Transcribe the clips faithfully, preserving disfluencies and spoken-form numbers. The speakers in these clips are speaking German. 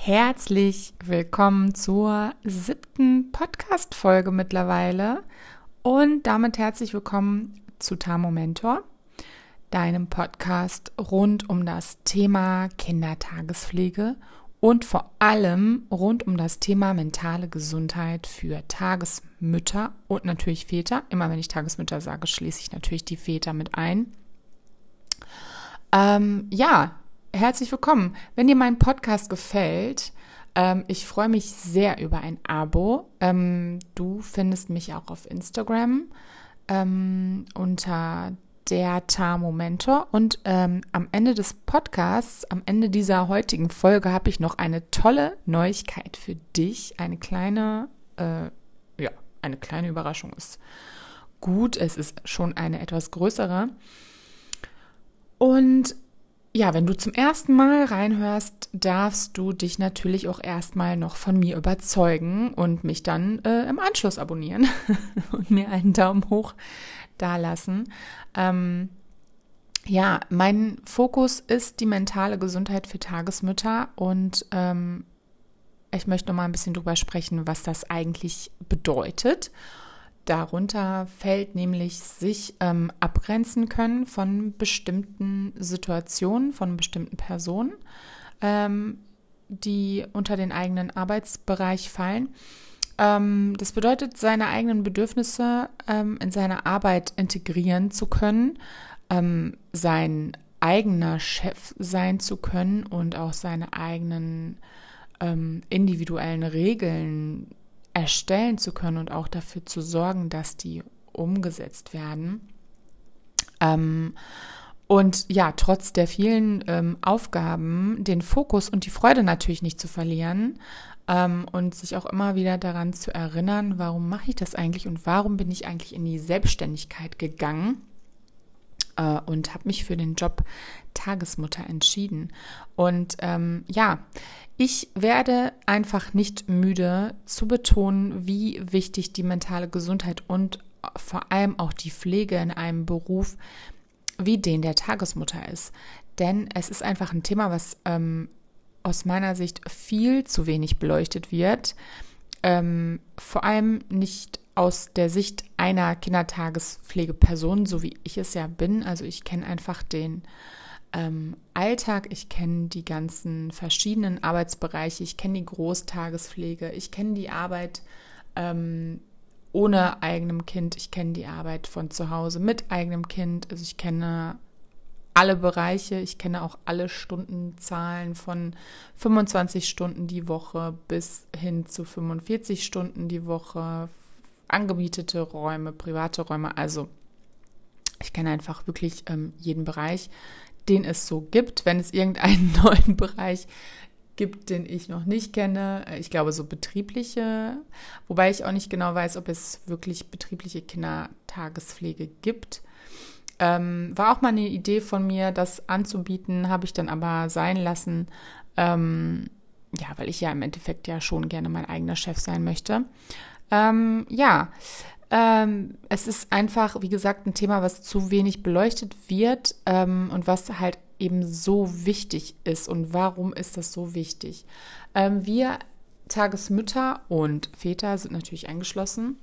Herzlich willkommen zur siebten Podcast-Folge mittlerweile und damit herzlich willkommen zu Tamo Mentor, deinem Podcast rund um das Thema Kindertagespflege und vor allem rund um das Thema mentale Gesundheit für Tagesmütter und natürlich Väter. Immer wenn ich Tagesmütter sage, schließe ich natürlich die Väter mit ein. Ähm, ja, herzlich willkommen. Wenn dir mein Podcast gefällt, ähm, ich freue mich sehr über ein Abo. Ähm, du findest mich auch auf Instagram ähm, unter der Tamo Mentor. Und ähm, am Ende des Podcasts, am Ende dieser heutigen Folge, habe ich noch eine tolle Neuigkeit für dich. Eine kleine, äh, ja, eine kleine Überraschung ist gut. Es ist schon eine etwas größere. Und ja, wenn du zum ersten Mal reinhörst, darfst du dich natürlich auch erstmal noch von mir überzeugen und mich dann äh, im Anschluss abonnieren und mir einen Daumen hoch dalassen. Ähm, ja, mein Fokus ist die mentale Gesundheit für Tagesmütter und ähm, ich möchte noch mal ein bisschen drüber sprechen, was das eigentlich bedeutet. Darunter fällt nämlich sich ähm, abgrenzen können von bestimmten Situationen, von bestimmten Personen, ähm, die unter den eigenen Arbeitsbereich fallen. Ähm, das bedeutet, seine eigenen Bedürfnisse ähm, in seine Arbeit integrieren zu können, ähm, sein eigener Chef sein zu können und auch seine eigenen ähm, individuellen Regeln erstellen zu können und auch dafür zu sorgen, dass die umgesetzt werden. Ähm, und ja, trotz der vielen ähm, Aufgaben den Fokus und die Freude natürlich nicht zu verlieren ähm, und sich auch immer wieder daran zu erinnern, warum mache ich das eigentlich und warum bin ich eigentlich in die Selbstständigkeit gegangen äh, und habe mich für den Job Tagesmutter entschieden. Und ähm, ja, ich werde einfach nicht müde zu betonen, wie wichtig die mentale Gesundheit und vor allem auch die Pflege in einem Beruf wie den der Tagesmutter ist. Denn es ist einfach ein Thema, was ähm, aus meiner Sicht viel zu wenig beleuchtet wird. Ähm, vor allem nicht aus der Sicht einer Kindertagespflegeperson, so wie ich es ja bin. Also ich kenne einfach den Ähm, Alltag, ich kenne die ganzen verschiedenen Arbeitsbereiche, ich kenne die Großtagespflege, ich kenne die Arbeit ähm, ohne eigenem Kind, ich kenne die Arbeit von zu Hause mit eigenem Kind, also ich kenne alle Bereiche, ich kenne auch alle Stundenzahlen von fünfundzwanzig Stunden die Woche bis hin zu fünfundvierzig Stunden die Woche, angemietete Räume, private Räume, also ich kenne einfach wirklich ähm, jeden Bereich, den es so gibt, wenn es irgendeinen neuen Bereich gibt, den ich noch nicht kenne. Ich glaube, so betriebliche, wobei ich auch nicht genau weiß, ob es wirklich betriebliche Kindertagespflege gibt. Ähm, war auch mal eine Idee von mir, das anzubieten, habe ich dann aber sein lassen, ähm, ja, weil ich ja im Endeffekt ja schon gerne mein eigener Chef sein möchte. Ähm, ja, Ähm, es ist einfach, wie gesagt, ein Thema, was zu wenig beleuchtet wird ähm, und was halt eben so wichtig ist. Und warum ist das so wichtig? Ähm, wir Tagesmütter und Väter sind natürlich eingeschlossen.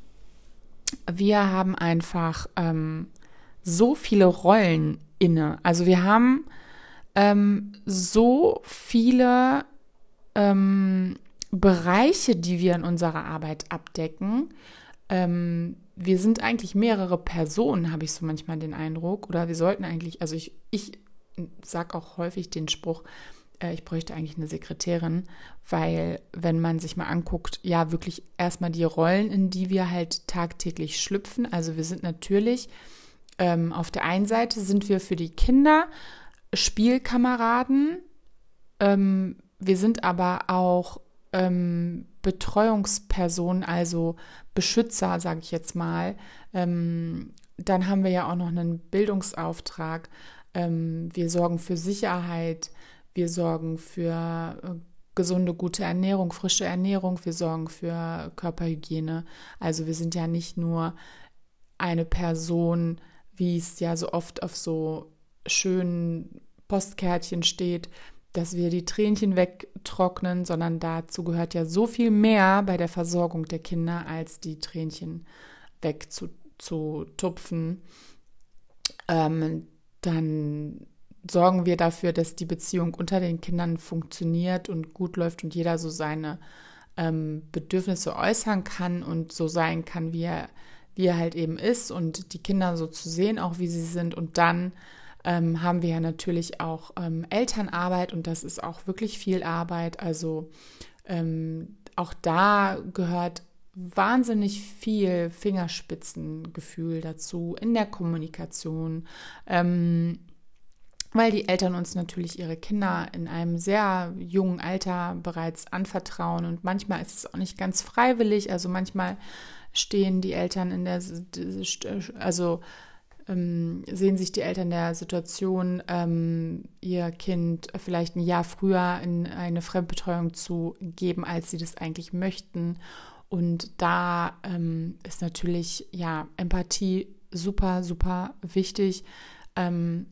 Wir haben einfach ähm, so viele Rollen inne. Also wir haben ähm, so viele ähm, Bereiche, die wir in unserer Arbeit abdecken. Ähm, wir sind eigentlich mehrere Personen, habe ich so manchmal den Eindruck. Oder wir sollten eigentlich, also ich, ich sage auch häufig den Spruch, äh, ich bräuchte eigentlich eine Sekretärin, weil wenn man sich mal anguckt, ja wirklich erstmal die Rollen, in die wir halt tagtäglich schlüpfen. Also wir sind natürlich, ähm, auf der einen Seite sind wir für die Kinder Spielkameraden, ähm, wir sind aber auch ähm, Betreuungsperson, also Beschützer, sage ich jetzt mal. Ähm, dann haben wir ja auch noch einen Bildungsauftrag. Ähm, wir sorgen für Sicherheit, wir sorgen für äh, gesunde, gute Ernährung, frische Ernährung, wir sorgen für Körperhygiene. Also wir sind ja nicht nur eine Person, wie es ja so oft auf so schönen Postkärtchen steht, dass wir die Tränchen wegtrocknen, sondern dazu gehört ja so viel mehr bei der Versorgung der Kinder, als die Tränchen wegzutupfen. Ähm, dann sorgen wir dafür, dass die Beziehung unter den Kindern funktioniert und gut läuft und jeder so seine ähm, Bedürfnisse äußern kann und so sein kann, wie er, wie er halt eben ist und die Kinder so zu sehen, auch wie sie sind. Und dann ähm, haben wir ja natürlich auch ähm, Elternarbeit und das ist auch wirklich viel Arbeit. Also ähm, auch da gehört wahnsinnig viel Fingerspitzengefühl dazu in der Kommunikation, ähm, weil die Eltern uns natürlich ihre Kinder in einem sehr jungen Alter bereits anvertrauen und manchmal ist es auch nicht ganz freiwillig, also manchmal stehen die Eltern in der, also ähm, sehen sich die Eltern der Situation, ähm, ihr Kind vielleicht ein Jahr früher in eine Fremdbetreuung zu geben, als sie das eigentlich möchten. Und da ähm, ist natürlich ja Empathie super, super wichtig. Ähm,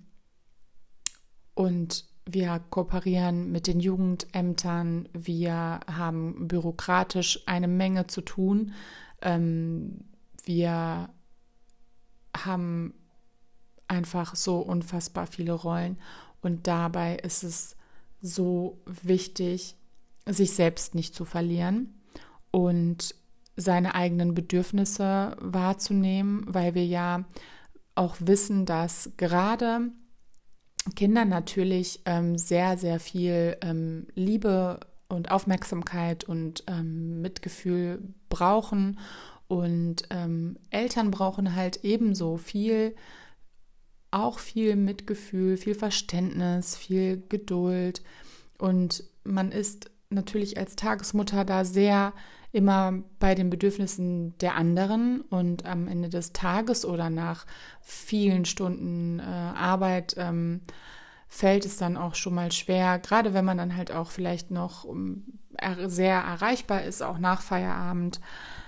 und wir kooperieren mit den Jugendämtern. Wir haben bürokratisch eine Menge zu tun. Ähm, wir haben einfach so unfassbar viele Rollen. Und dabei ist es so wichtig, sich selbst nicht zu verlieren und seine eigenen Bedürfnisse wahrzunehmen, weil wir ja auch wissen, dass gerade Kinder natürlich ähm, sehr, sehr viel ähm, Liebe und Aufmerksamkeit und ähm, Mitgefühl brauchen und ähm, Eltern brauchen halt ebenso viel, auch viel Mitgefühl, viel Verständnis, viel Geduld und man ist natürlich als Tagesmutter da sehr immer bei den Bedürfnissen der anderen und am Ende des Tages oder nach vielen Stunden äh, Arbeit ähm, fällt es dann auch schon mal schwer, gerade wenn man dann halt auch vielleicht noch um, er, sehr erreichbar ist, auch nach Feierabend.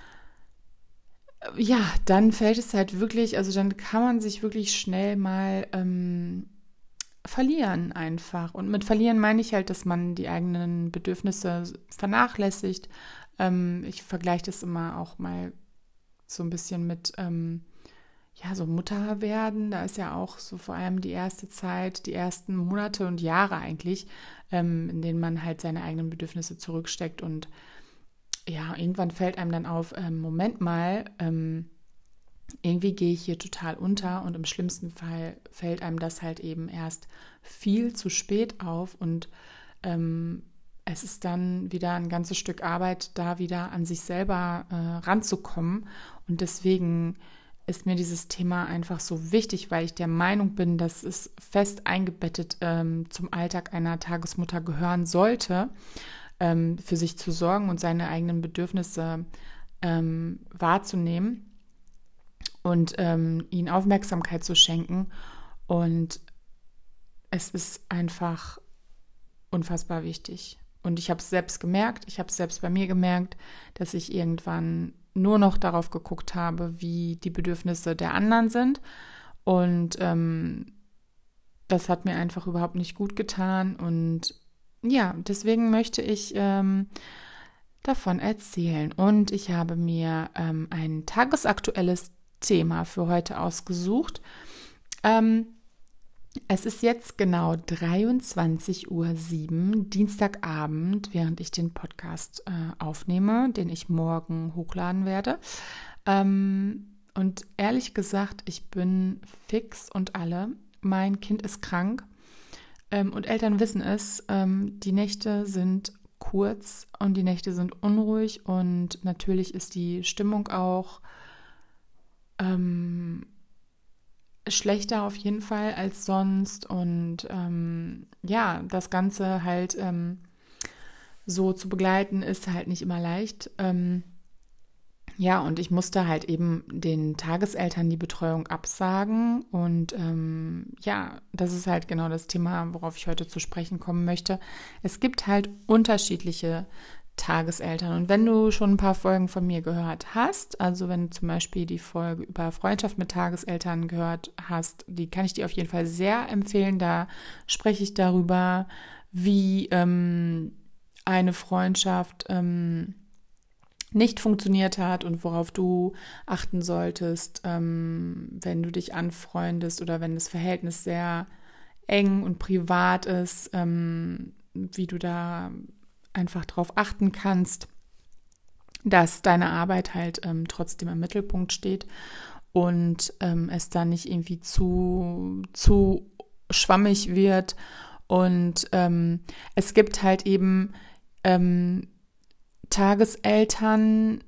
Ja, dann fällt es halt wirklich, also dann kann man sich wirklich schnell mal ähm, verlieren einfach. Und mit verlieren meine ich halt, dass man die eigenen Bedürfnisse vernachlässigt. Ähm, ich vergleiche das immer auch mal so ein bisschen mit, ähm, ja, so Mutter werden. Da ist ja auch so vor allem die erste Zeit, die ersten Monate und Jahre eigentlich, ähm, in denen man halt seine eigenen Bedürfnisse zurücksteckt. Und ja, irgendwann fällt einem dann auf, ähm, Moment mal, ähm, irgendwie gehe ich hier total unter und im schlimmsten Fall fällt einem das halt eben erst viel zu spät auf und ähm, es ist dann wieder ein ganzes Stück Arbeit, da wieder an sich selber äh, ranzukommen und deswegen ist mir dieses Thema einfach so wichtig, weil ich der Meinung bin, dass es fest eingebettet ähm, zum Alltag einer Tagesmutter gehören sollte, ähm, für sich zu sorgen und seine eigenen Bedürfnisse ähm, wahrzunehmen und ähm, ihnen Aufmerksamkeit zu schenken. Und es ist einfach unfassbar wichtig. Und ich habe es selbst gemerkt, ich habe es selbst bei mir gemerkt, dass ich irgendwann nur noch darauf geguckt habe, wie die Bedürfnisse der anderen sind. Und ähm, das hat mir einfach überhaupt nicht gut getan. Und ja, deswegen möchte ich ähm, davon erzählen. Und ich habe mir ähm, ein tagesaktuelles Thema für heute ausgesucht. Ähm, es ist jetzt genau dreiundzwanzig Uhr sieben, Dienstagabend, während ich den Podcast äh, aufnehme, den ich morgen hochladen werde. Ähm, und ehrlich gesagt, ich bin fix und alle. Mein Kind ist krank ähm, und Eltern wissen es. Ähm, die Nächte sind kurz und die Nächte sind unruhig und natürlich ist die Stimmung auch Ähm, schlechter auf jeden Fall als sonst und ähm, ja, das Ganze halt ähm, so zu begleiten ist halt nicht immer leicht. Ähm, ja, und ich musste halt eben den Tageseltern die Betreuung absagen und ähm, ja, das ist halt genau das Thema, worauf ich heute zu sprechen kommen möchte. Es gibt halt unterschiedliche Tageseltern. Und wenn du schon ein paar Folgen von mir gehört hast, also wenn du zum Beispiel die Folge über Freundschaft mit Tageseltern gehört hast, die kann ich dir auf jeden Fall sehr empfehlen. Da spreche ich darüber, wie ähm, eine Freundschaft ähm, nicht funktioniert hat und worauf du achten solltest, ähm, wenn du dich anfreundest oder wenn das Verhältnis sehr eng und privat ist, ähm, wie du da einfach drauf achten kannst, dass deine Arbeit halt ähm, trotzdem im Mittelpunkt steht und ähm, es dann nicht irgendwie zu, zu schwammig wird. Und ähm, es gibt halt eben ähm, Tageseltern,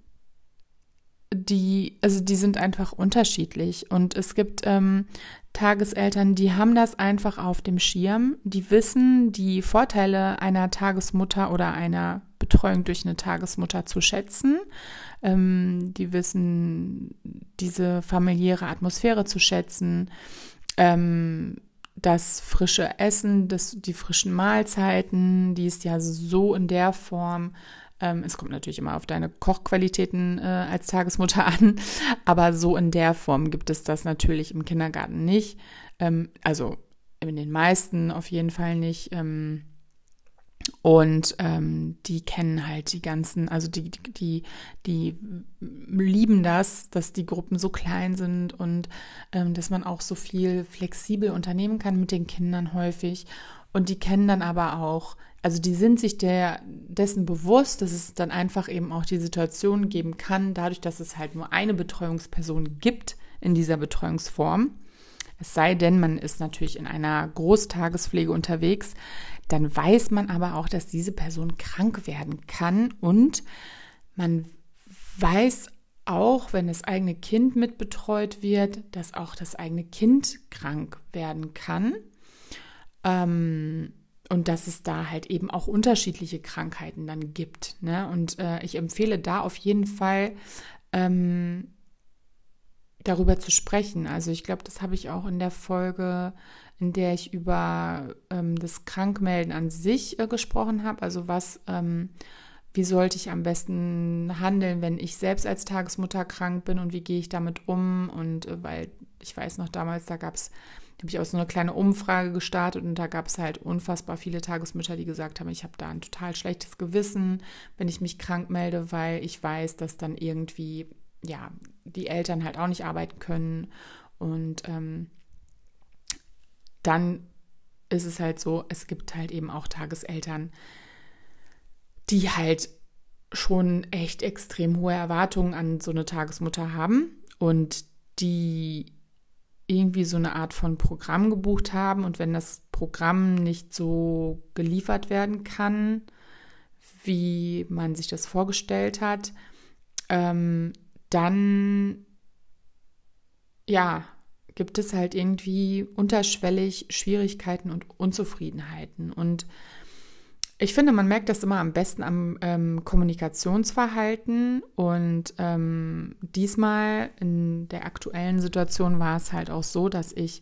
die, also die sind einfach unterschiedlich. Und es gibt ähm, Tageseltern, die haben das einfach auf dem Schirm. Die wissen die Vorteile einer Tagesmutter oder einer Betreuung durch eine Tagesmutter zu schätzen. Ähm, die wissen diese familiäre Atmosphäre zu schätzen. Ähm, das frische Essen, das, die frischen Mahlzeiten, die es ja so in der Form, ähm, es kommt natürlich immer auf deine Kochqualitäten äh, als Tagesmutter an, aber so in der Form gibt es das natürlich im Kindergarten nicht. Ähm, also in den meisten auf jeden Fall nicht. Ähm, Und ähm, die kennen halt die ganzen, also die, die, die, die lieben das, dass die Gruppen so klein sind und ähm, dass man auch so viel flexibel unternehmen kann mit den Kindern häufig. Und die kennen dann aber auch, also die sind sich der, dessen bewusst, dass es dann einfach eben auch die Situation geben kann, dadurch, dass es halt nur eine Betreuungsperson gibt in dieser Betreuungsform. Es sei denn, man ist natürlich in einer Großtagespflege unterwegs, dann weiß man aber auch, dass diese Person krank werden kann und man weiß auch, wenn das eigene Kind mitbetreut wird, dass auch das eigene Kind krank werden kann ähm, und dass es da halt eben auch unterschiedliche Krankheiten dann gibt. Ne? Und äh, ich empfehle da auf jeden Fall ähm, darüber zu sprechen. Also ich glaube, das habe ich auch in der Folge, in der ich über ähm, das Krankmelden an sich äh, gesprochen habe. Also was, ähm, wie sollte ich am besten handeln, wenn ich selbst als Tagesmutter krank bin und wie gehe ich damit um? Und äh, weil ich weiß noch damals, da gab es, habe ich auch so eine kleine Umfrage gestartet und da gab es halt unfassbar viele Tagesmütter, die gesagt haben, ich habe da ein total schlechtes Gewissen, wenn ich mich krank melde, weil ich weiß, dass dann irgendwie ja, die Eltern halt auch nicht arbeiten können und ähm, dann ist es halt so, es gibt halt eben auch Tageseltern, die halt schon echt extrem hohe Erwartungen an so eine Tagesmutter haben und die irgendwie so eine Art von Programm gebucht haben und wenn das Programm nicht so geliefert werden kann, wie man sich das vorgestellt hat, ähm, dann, ja, gibt es halt irgendwie unterschwellig Schwierigkeiten und Unzufriedenheiten. Und ich finde, man merkt das immer am besten am ähm, Kommunikationsverhalten. Und ähm, diesmal in der aktuellen Situation war es halt auch so, dass ich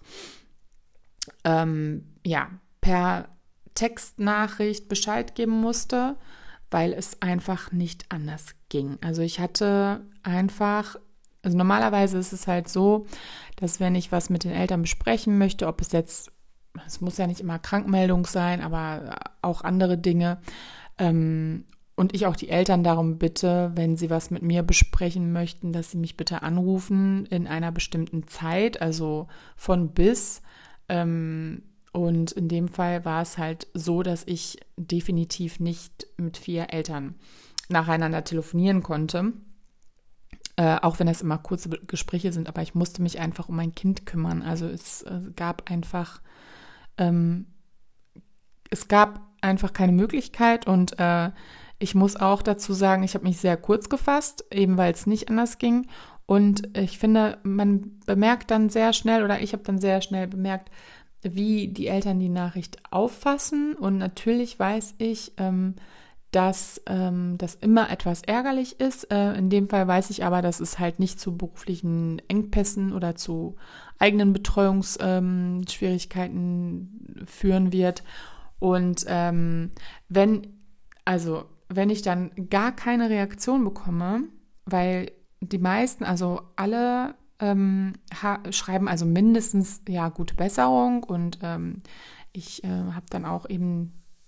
ähm, ja, per Textnachricht Bescheid geben musste, weil es einfach nicht anders ging. Also ich hatte einfach, also normalerweise ist es halt so, dass wenn ich was mit den Eltern besprechen möchte, ob es jetzt, es muss ja nicht immer Krankmeldung sein, aber auch andere Dinge, ähm, und ich auch die Eltern darum bitte, wenn sie was mit mir besprechen möchten, dass sie mich bitte anrufen in einer bestimmten Zeit, also von bis, ähm, und in dem Fall war es halt so, dass ich definitiv nicht mit vier Eltern nacheinander telefonieren konnte, äh, auch wenn das immer kurze Gespräche sind, aber ich musste mich einfach um mein Kind kümmern. Also es äh, gab einfach, ähm, es gab einfach keine Möglichkeit und äh, ich muss auch dazu sagen, ich habe mich sehr kurz gefasst, eben weil es nicht anders ging. Und ich finde, man bemerkt dann sehr schnell oder ich habe dann sehr schnell bemerkt, wie die Eltern die Nachricht auffassen. Und natürlich weiß ich, ähm, dass ähm, das immer etwas ärgerlich ist. Äh, in dem Fall weiß ich aber, dass es halt nicht zu beruflichen Engpässen oder zu eigenen Betreuungsschwierigkeiten ähm, führen wird. Und ähm, wenn, also wenn ich dann gar keine Reaktion bekomme, weil die meisten, also alle ähm, ha- schreiben also mindestens ja gute Besserung und ähm, ich äh, habe dann auch eben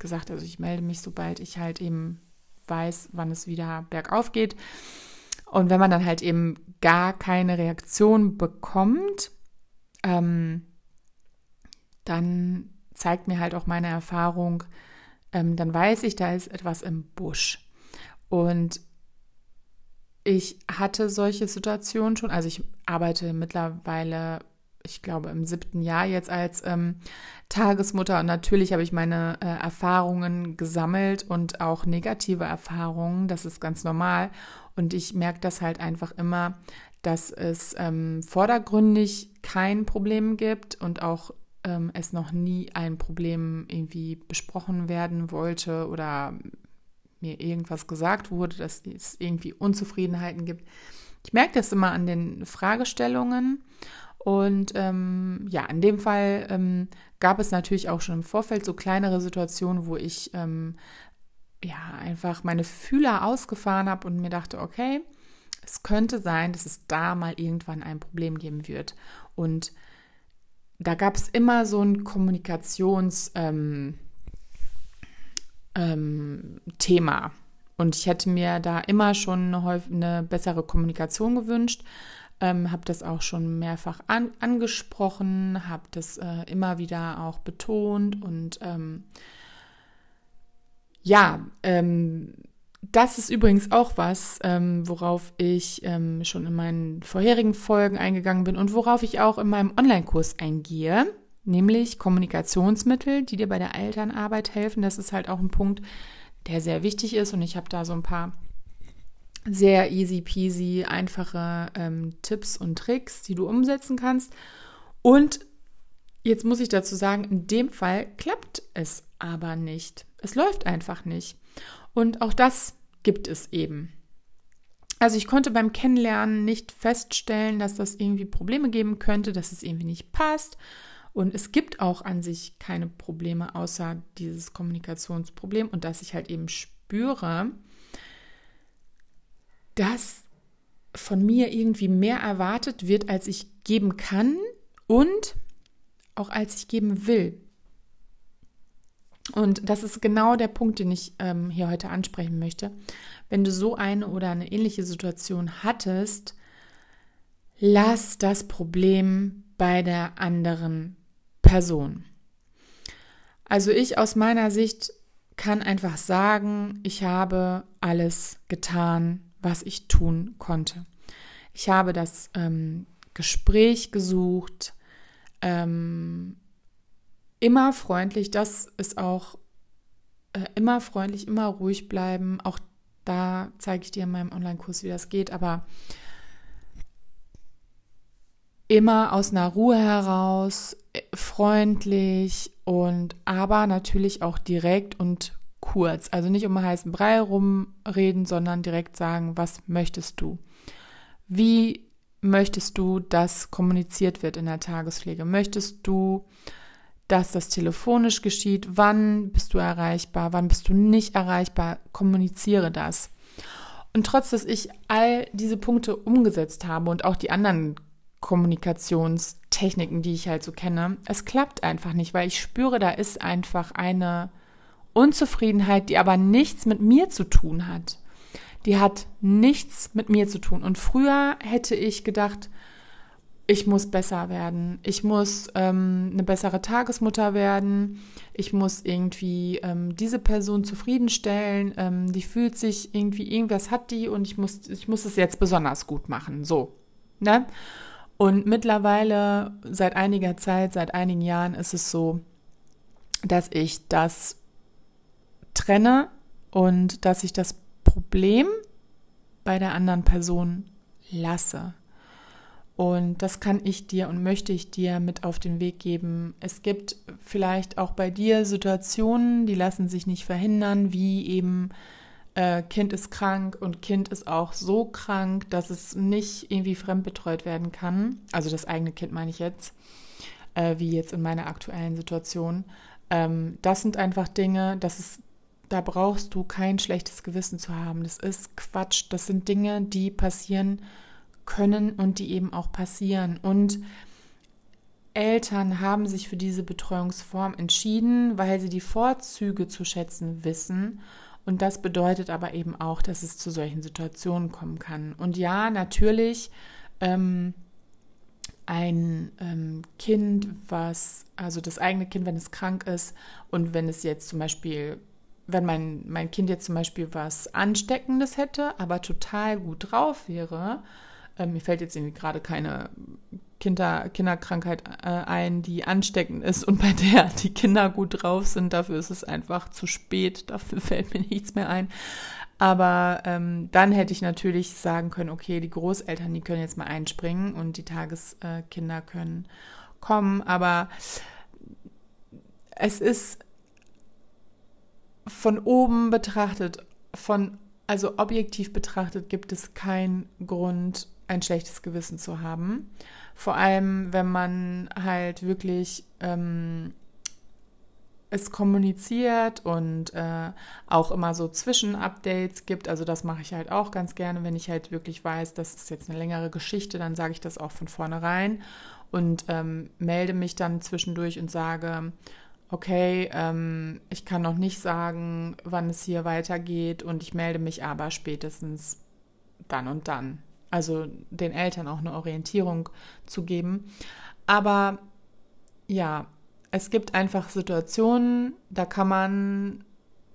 gesagt, also ich melde mich, sobald ich halt eben weiß, wann es wieder bergauf geht. Und wenn man dann halt eben gar keine Reaktion bekommt, ähm, dann zeigt mir halt auch meine Erfahrung, ähm, dann weiß ich, da ist etwas im Busch. Und ich hatte solche Situationen schon, also ich arbeite mittlerweile, ich glaube, im siebten Jahr jetzt als ähm, Tagesmutter und natürlich habe ich meine äh, Erfahrungen gesammelt und auch negative Erfahrungen, das ist ganz normal und ich merke das halt einfach immer, dass es ähm, vordergründig kein Problem gibt und auch ähm, es noch nie ein Problem irgendwie besprochen werden wollte oder mir irgendwas gesagt wurde, dass es irgendwie Unzufriedenheiten gibt. Ich merke das immer an den Fragestellungen und ähm, ja, in dem Fall ähm, gab es natürlich auch schon im Vorfeld so kleinere Situationen, wo ich ähm, ja einfach meine Fühler ausgefahren habe und mir dachte, okay, es könnte sein, dass es da mal irgendwann ein Problem geben wird. Und da gab es immer so ein Kommunikations- ähm, ähm, Thema. Und ich hätte mir da immer schon eine, eine bessere Kommunikation gewünscht. Ähm, habe das auch schon mehrfach an, angesprochen, habe das äh, immer wieder auch betont und ähm, ja, ähm, das ist übrigens auch was, ähm, worauf ich ähm, schon in meinen vorherigen Folgen eingegangen bin und worauf ich auch in meinem Online-Kurs eingehe, nämlich Kommunikationsmittel, die dir bei der Elternarbeit helfen. Das ist halt auch ein Punkt, der sehr wichtig ist und ich habe da so ein paar sehr easy peasy, einfache ähm, Tipps und Tricks, die du umsetzen kannst. Und jetzt muss ich dazu sagen, in dem Fall klappt es aber nicht. Es läuft einfach nicht. Und auch das gibt es eben. Also ich konnte beim Kennenlernen nicht feststellen, dass das irgendwie Probleme geben könnte, dass es irgendwie nicht passt. Und es gibt auch an sich keine Probleme, außer dieses Kommunikationsproblem und dass ich halt eben spüre, dass von mir irgendwie mehr erwartet wird, als ich geben kann und auch als ich geben will. Und das ist genau der Punkt, den ich ähm, hier heute ansprechen möchte. Wenn du so eine oder eine ähnliche Situation hattest, lass das Problem bei der anderen Person. Also ich aus meiner Sicht kann einfach sagen, ich habe alles getan, was ich tun konnte. Ich habe das ähm, Gespräch gesucht, ähm, immer freundlich, das ist auch äh, immer freundlich, immer ruhig bleiben. Auch da zeige ich dir in meinem Online-Kurs, wie das geht, aber immer aus einer Ruhe heraus, freundlich und aber natürlich auch direkt und kurz. Also nicht um heißen Brei rumreden, sondern direkt sagen, was möchtest du? Wie möchtest du, dass kommuniziert wird in der Tagespflege? Möchtest du, dass das telefonisch geschieht? Wann bist du erreichbar? Wann bist du nicht erreichbar? Kommuniziere das. Und trotz, dass ich all diese Punkte umgesetzt habe und auch die anderen Kommunikationstechniken, die ich halt so kenne, es klappt einfach nicht, weil ich spüre, da ist einfach eine Unzufriedenheit, die aber nichts mit mir zu tun hat. Die hat nichts mit mir zu tun. Und früher hätte ich gedacht, ich muss besser werden, ich muss ähm, eine bessere Tagesmutter werden, ich muss irgendwie ähm, diese Person zufriedenstellen, ähm, die fühlt sich irgendwie, irgendwas hat die und ich muss, ich muss es jetzt besonders gut machen, so, ne? Und mittlerweile, seit einiger Zeit, seit einigen Jahren ist es so, dass ich das trenne und dass ich das Problem bei der anderen Person lasse. Und das kann ich dir und möchte ich dir mit auf den Weg geben. Es gibt vielleicht auch bei dir Situationen, die lassen sich nicht verhindern, wie eben äh, Kind ist krank und Kind ist auch so krank, dass es nicht irgendwie fremdbetreut werden kann. Also das eigene Kind meine ich jetzt, äh, wie jetzt in meiner aktuellen Situation. Ähm, das sind einfach Dinge, das ist, da brauchst du kein schlechtes Gewissen zu haben. Das ist Quatsch. Das sind Dinge, die passieren können und die eben auch passieren. Und Eltern haben sich für diese Betreuungsform entschieden, weil sie die Vorzüge zu schätzen wissen. Und das bedeutet aber eben auch, dass es zu solchen Situationen kommen kann. Und ja, natürlich ähm, ein ähm, Kind, was, also das eigene Kind, wenn es krank ist und wenn es jetzt zum Beispiel, wenn mein, mein Kind jetzt zum Beispiel was Ansteckendes hätte, aber total gut drauf wäre, ähm, mir fällt jetzt irgendwie gerade keine Kinder, Kinderkrankheit äh, ein, die ansteckend ist und bei der die Kinder gut drauf sind. Dafür ist es einfach zu spät. Dafür fällt mir nichts mehr ein. Aber ähm, dann hätte ich natürlich sagen können, okay, die Großeltern, die können jetzt mal einspringen und die Tageskinder können kommen. Aber es ist von oben betrachtet, von also objektiv betrachtet, gibt es keinen Grund, ein schlechtes Gewissen zu haben. Vor allem, wenn man halt wirklich ähm, es kommuniziert und äh, auch immer so Zwischenupdates gibt. Also das mache ich halt auch ganz gerne, wenn ich halt wirklich weiß, das ist jetzt eine längere Geschichte, dann sage ich das auch von vornherein und ähm, melde mich dann zwischendurch und sage, okay, ähm, ich kann noch nicht sagen, wann es hier weitergeht und ich melde mich aber spätestens dann und dann. Also den Eltern auch eine Orientierung zu geben. Aber ja, es gibt einfach Situationen, da kann man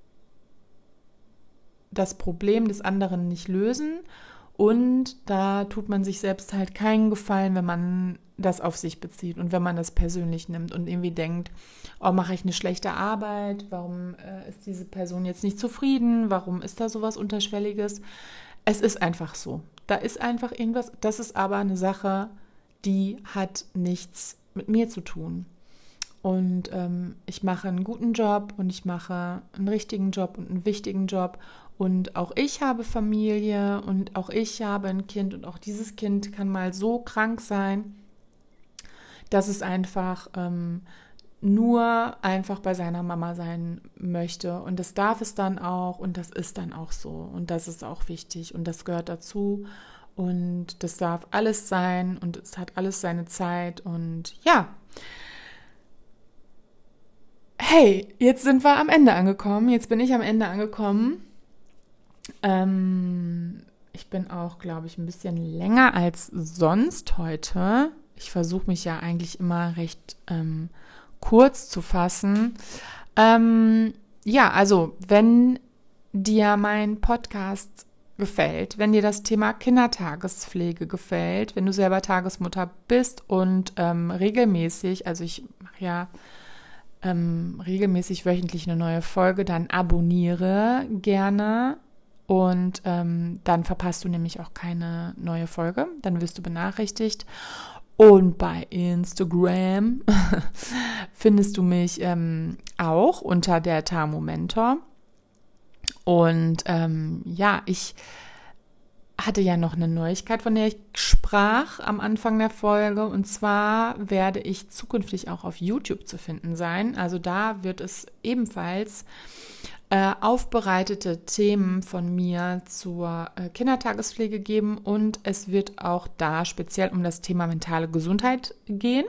das Problem des anderen nicht lösen und da tut man sich selbst halt keinen Gefallen, wenn man das auf sich bezieht und wenn man das persönlich nimmt und irgendwie denkt, oh, mache ich eine schlechte Arbeit, warum äh, ist diese Person jetzt nicht zufrieden, warum ist da sowas Unterschwelliges? Es ist einfach so. Da ist einfach irgendwas, das ist aber eine Sache, die hat nichts mit mir zu tun. Und ähm, ich mache einen guten Job und ich mache einen richtigen Job und einen wichtigen Job. Und auch ich habe Familie und auch ich habe ein Kind und auch dieses Kind kann mal so krank sein, dass es einfach ähm, nur einfach bei seiner Mama sein möchte. Und das darf es dann auch und das ist dann auch so. Und das ist auch wichtig und das gehört dazu. Und das darf alles sein und es hat alles seine Zeit. Und ja, hey, jetzt sind wir am Ende angekommen. Jetzt bin ich am Ende angekommen. Ähm, ich bin auch, glaube ich, ein bisschen länger als sonst heute. Ich versuche mich ja eigentlich immer recht ähm, kurz zu fassen. Ähm, ja, also wenn dir mein Podcast gefällt, wenn dir das Thema Kindertagespflege gefällt, wenn du selber Tagesmutter bist und ähm, regelmäßig, also ich mache ja ähm, regelmäßig wöchentlich eine neue Folge, dann abonniere gerne und ähm, dann verpasst du nämlich auch keine neue Folge, dann wirst du benachrichtigt. Und bei Instagram findest du mich ähm, auch unter der Tamo-Mentor. Und ähm, ja, ich hatte ja noch eine Neuigkeit, von der ich sprach am Anfang der Folge. Und zwar werde ich zukünftig auch auf YouTube zu finden sein. Also da wird es ebenfalls äh, aufbereitete Themen von mir zur äh, Kindertagespflege geben. Und es wird auch da speziell um das Thema mentale Gesundheit gehen.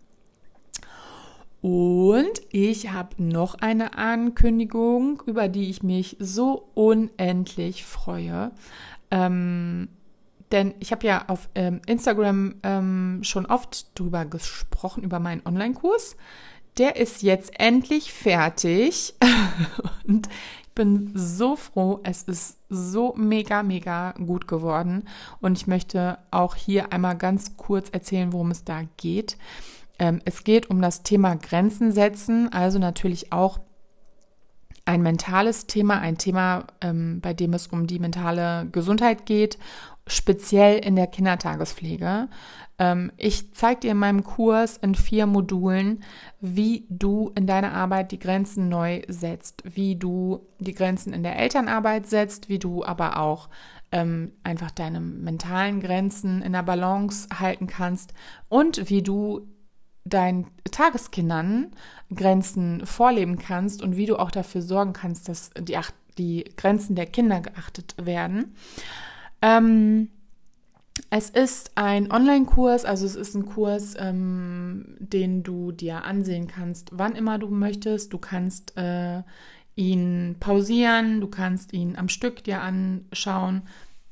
Und ich habe noch eine Ankündigung, über die ich mich so unendlich freue. Ähm, denn ich habe ja auf ähm, Instagram ähm, schon oft drüber gesprochen, über meinen Online-Kurs. Der ist jetzt endlich fertig und ich bin so froh. Es ist so mega, mega gut geworden. Und ich möchte auch hier einmal ganz kurz erzählen, worum es da geht. Ähm, es geht um das Thema Grenzen setzen, also natürlich auch ein mentales Thema, ein Thema, ähm, bei dem es um die mentale Gesundheit geht, speziell in der Kindertagespflege. Ähm, ich zeige dir in meinem Kurs in vier Modulen, wie du in deiner Arbeit die Grenzen neu setzt, wie du die Grenzen in der Elternarbeit setzt, wie du aber auch ähm, einfach deine mentalen Grenzen in der Balance halten kannst und wie du deinen Tageskindern Grenzen vorleben kannst und wie du auch dafür sorgen kannst, dass die, die Grenzen der Kinder geachtet werden. Ähm, Es ist ein Online-Kurs, also es ist ein Kurs, ähm, den du dir ansehen kannst, wann immer du möchtest. Du kannst äh, ihn pausieren, du kannst ihn am Stück dir anschauen.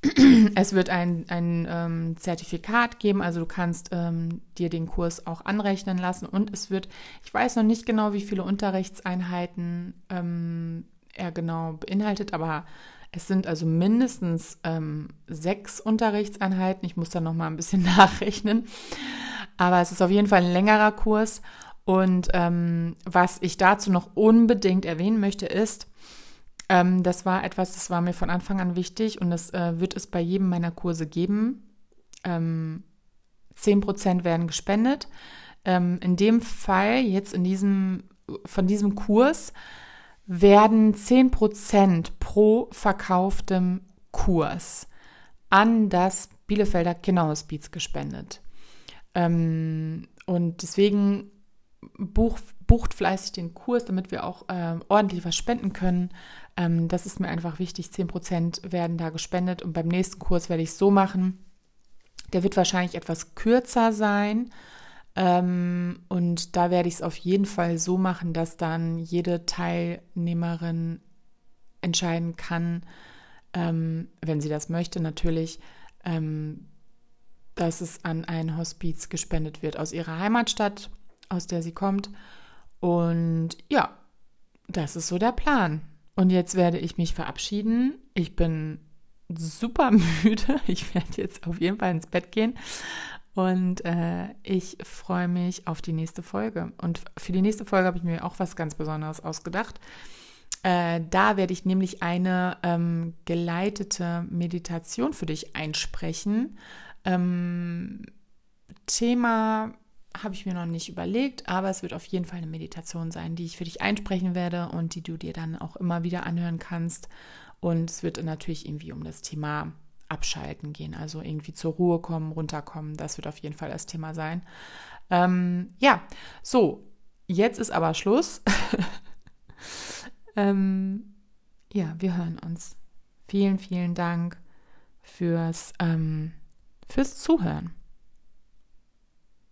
Es wird ein, ein ähm, Zertifikat geben, also du kannst ähm, dir den Kurs auch anrechnen lassen und es wird, ich weiß noch nicht genau, wie viele Unterrichtseinheiten ähm, er genau beinhaltet, aber es sind also mindestens ähm, sechs Unterrichtseinheiten. Ich muss da noch mal ein bisschen nachrechnen, aber es ist auf jeden Fall ein längerer Kurs und ähm, was ich dazu noch unbedingt erwähnen möchte ist, ähm, das war etwas, das war mir von Anfang an wichtig und das äh, wird es bei jedem meiner Kurse geben. Ähm, zehn Prozent werden gespendet. Ähm, in dem Fall, jetzt in diesem, von diesem Kurs, werden zehn Prozent pro verkauftem Kurs an das Bielefelder Kinderhospiz gespendet. Ähm, und deswegen buch, bucht fleißig den Kurs, damit wir auch äh, ordentlich was spenden können. Ähm, das ist mir einfach wichtig. zehn Prozent werden da gespendet und beim nächsten Kurs werde ich es so machen. Der wird wahrscheinlich etwas kürzer sein. Ähm, und da werde ich es auf jeden Fall so machen, dass dann jede Teilnehmerin entscheiden kann, ähm, wenn sie das möchte, natürlich, ähm, dass es an ein Hospiz gespendet wird aus ihrer Heimatstadt, aus der sie kommt. Und ja, das ist so der Plan. Und jetzt werde ich mich verabschieden. Ich bin super müde. Ich werde jetzt auf jeden Fall ins Bett gehen. Und äh, ich freue mich auf die nächste Folge. Und für die nächste Folge habe ich mir auch was ganz Besonderes ausgedacht. Äh, da werde ich nämlich eine ähm, geleitete Meditation für dich einsprechen. Ähm, Thema habe ich mir noch nicht überlegt, aber es wird auf jeden Fall eine Meditation sein, die ich für dich einsprechen werde und die du dir dann auch immer wieder anhören kannst. Und es wird natürlich irgendwie um das Thema Abschalten gehen, also irgendwie zur Ruhe kommen, runterkommen. Das wird auf jeden Fall das Thema sein. Ähm, ja, so, jetzt ist aber Schluss. ähm, ja, wir hören uns. Vielen, vielen Dank fürs, ähm, fürs Zuhören.